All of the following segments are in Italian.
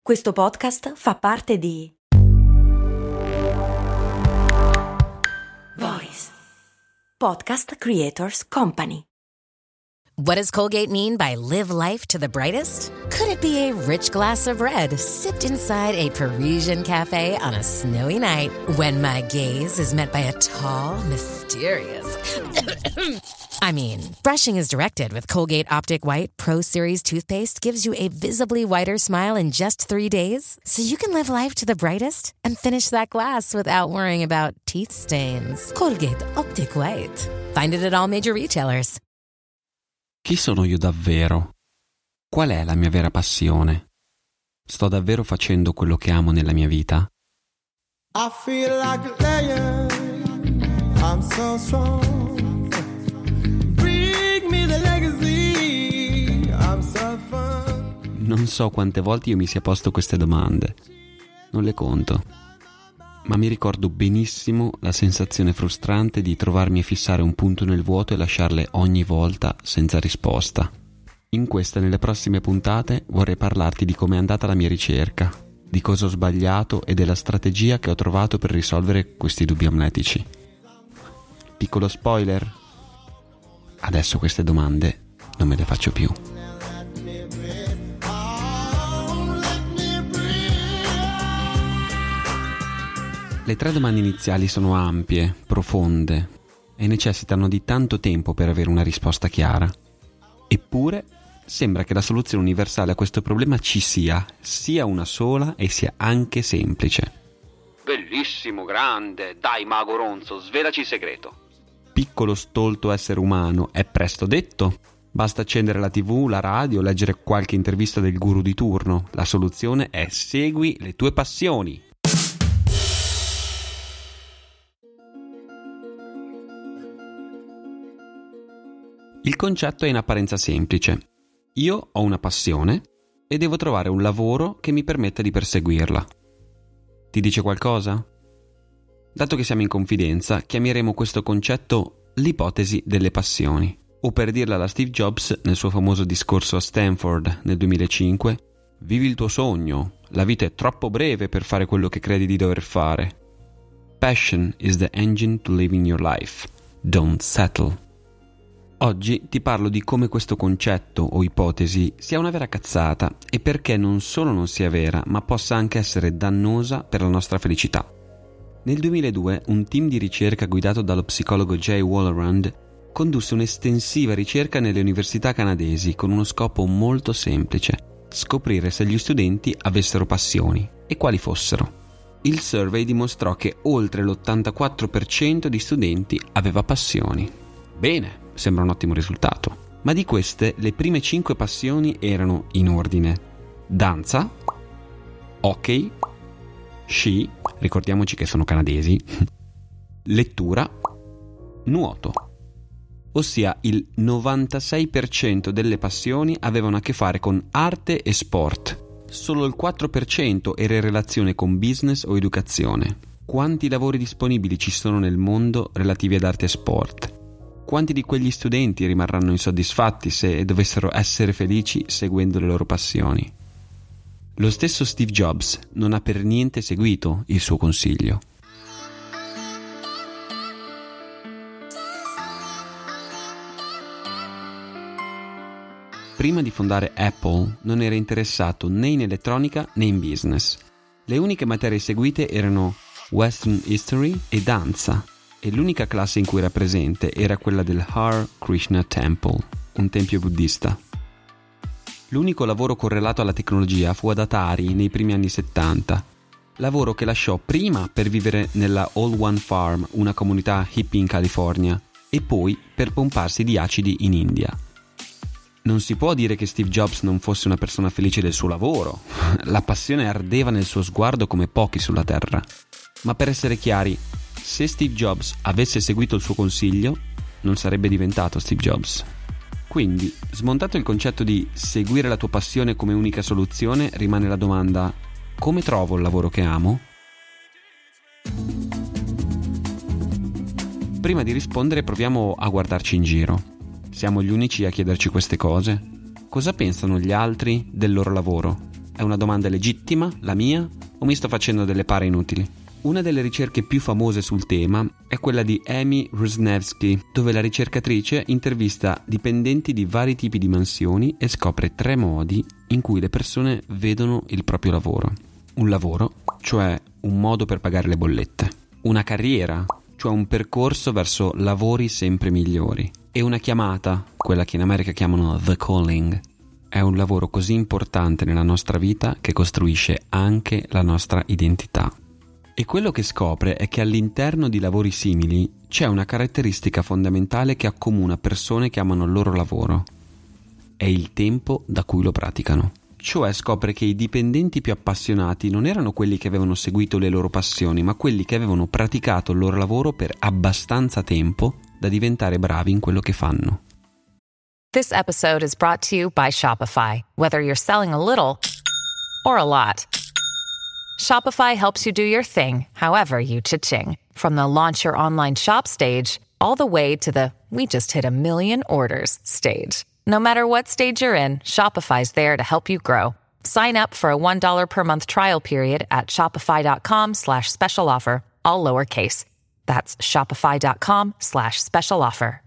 Questo podcast fa parte di Voice Podcast Creators Company. What does Colgate mean by live life to the brightest? Could it be a rich glass of red sipped inside a Parisian cafe on a snowy night when my gaze is met by a tall, mysterious... I mean, brushing is directed with Colgate Optic White Pro Series toothpaste gives you a visibly whiter smile in just 3 days, so you can live life to the brightest and finish that glass without worrying about teeth stains. Colgate Optic White. Find it at all major retailers. Chi sono io davvero? Qual è la mia vera passione? Sto davvero facendo quello che amo nella mia vita? I feel like a lion. I'm so strong. Bring me the legacy. I'm so fun. Non so quante volte io mi sia posto queste domande. Non le conto. Ma mi ricordo benissimo la sensazione frustrante di trovarmi a fissare un punto nel vuoto e lasciarle ogni volta senza risposta. In questa e nelle prossime puntate vorrei parlarti di com'è andata la mia ricerca, di cosa ho sbagliato e della strategia che ho trovato per risolvere questi dubbi amletici. Piccolo spoiler: adesso queste domande non me le faccio più. Le 3 domande iniziali sono ampie, profonde e necessitano di tanto tempo per avere una risposta chiara. Eppure sembra che la soluzione universale a questo problema ci sia una sola e sia anche semplice. Bellissimo, grande, dai mago Ronzo, svelaci il segreto. Piccolo stolto essere umano, è presto detto. Basta accendere la TV, la radio, leggere qualche intervista del guru di turno. La soluzione è: segui le tue passioni. Il concetto è in apparenza semplice. Io ho una passione e devo trovare un lavoro che mi permetta di perseguirla. Ti dice qualcosa? Dato che siamo in confidenza, chiameremo questo concetto l'ipotesi delle passioni. O per dirla alla Steve Jobs nel suo famoso discorso a Stanford nel 2005, vivi il tuo sogno, la vita è troppo breve per fare quello che credi di dover fare. Passion is the engine to living your life. Don't settle. Oggi ti parlo di come questo concetto o ipotesi sia una vera cazzata e perché non solo non sia vera, ma possa anche essere dannosa per la nostra felicità. Nel 2002 un team di ricerca guidato dallo psicologo Jay Wallerand condusse un'estensiva ricerca nelle università canadesi con uno scopo molto semplice: scoprire se gli studenti avessero passioni e quali fossero. Il survey dimostrò che oltre l'84% di studenti aveva passioni. Bene, sembra un ottimo risultato. Ma di queste, le prime 5 passioni erano in ordine: danza, hockey, sci, ricordiamoci che sono canadesi, lettura, nuoto. Ossia il 96% delle passioni avevano a che fare con arte e sport. Solo il 4% era in relazione con business o educazione. Quanti lavori disponibili ci sono nel mondo relativi ad arte e sport? Quanti di quegli studenti rimarranno insoddisfatti se dovessero essere felici seguendo le loro passioni? Lo stesso Steve Jobs non ha per niente seguito il suo consiglio. Prima di fondare Apple non era interessato né in elettronica né in business. Le uniche materie seguite erano Western History e danza, e l'unica classe in cui era presente era quella del Har Krishna Temple, un tempio buddista. L'unico lavoro correlato alla tecnologia fu ad Atari nei primi anni 70, lavoro che lasciò prima per vivere nella All One Farm, una comunità hippie in California, e poi per pomparsi di acidi in India. Non si può dire che Steve Jobs non fosse una persona felice del suo lavoro. La passione ardeva nel suo sguardo come pochi sulla Terra. Ma per essere chiari, se Steve Jobs avesse seguito il suo consiglio, non sarebbe diventato Steve Jobs. Quindi, smontato il concetto di seguire la tua passione come unica soluzione, rimane la domanda: come trovo il lavoro che amo? Prima di rispondere, proviamo a guardarci in giro. Siamo gli unici a chiederci queste cose? Cosa pensano gli altri del loro lavoro? È una domanda legittima, la mia, o mi sto facendo delle pare inutili? Una delle ricerche più famose sul tema è quella di Amy Rusnevsky, dove la ricercatrice intervista dipendenti di vari tipi di mansioni e scopre 3 modi in cui le persone vedono il proprio lavoro. Un lavoro, cioè un modo per pagare le bollette. Una carriera, cioè un percorso verso lavori sempre migliori. E una chiamata, quella che in America chiamano the calling. È un lavoro così importante nella nostra vita che costruisce anche la nostra identità. E quello che scopre è che all'interno di lavori simili c'è una caratteristica fondamentale che accomuna persone che amano il loro lavoro. È il tempo da cui lo praticano. Cioè scopre che i dipendenti più appassionati non erano quelli che avevano seguito le loro passioni, ma quelli che avevano praticato il loro lavoro per abbastanza tempo da diventare bravi in quello che fanno. This episode is brought to you by Shopify. Whether you're selling a little or a lot, Shopify helps you do your thing, however you cha-ching. From the launch your online shop stage, all the way to the we just hit 1 million orders stage. No matter what stage you're in, Shopify's there to help you grow. Sign up for a $1 per month trial period at shopify.com/special offer, all lowercase. That's shopify.com/special offer.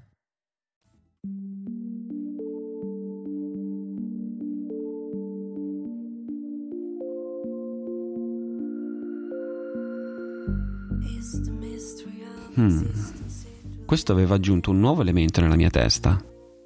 Questo aveva aggiunto un nuovo elemento nella mia testa.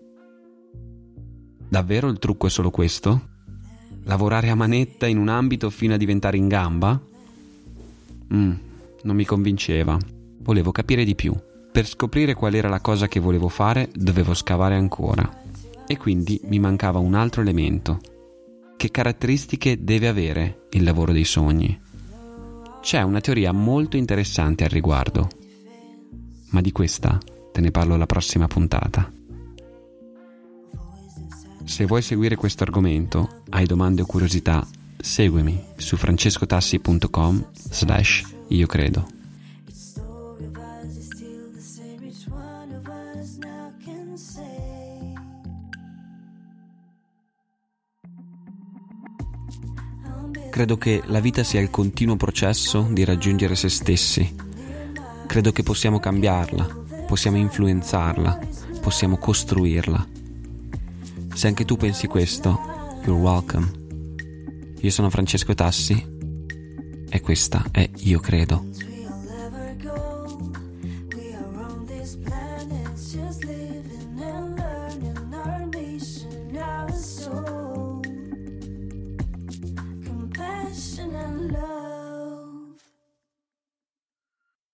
Davvero il trucco è solo questo? Lavorare a manetta in un ambito fino a diventare in gamba? Non mi convinceva. Volevo capire di più. Per scoprire qual era la cosa che volevo fare, dovevo scavare ancora. E quindi mi mancava un altro elemento. Che caratteristiche deve avere il lavoro dei sogni? C'è una teoria molto interessante al riguardo, ma di questa te ne parlo alla prossima puntata. Se vuoi seguire questo argomento, hai domande o curiosità, seguimi su francescotassi.com/io credo. Credo che la vita sia il continuo processo di raggiungere se stessi. Credo che possiamo cambiarla, possiamo influenzarla, possiamo costruirla. Se anche tu pensi questo, you're welcome. Io sono Francesco Tassi e questa è Io Credo. Compassion and love.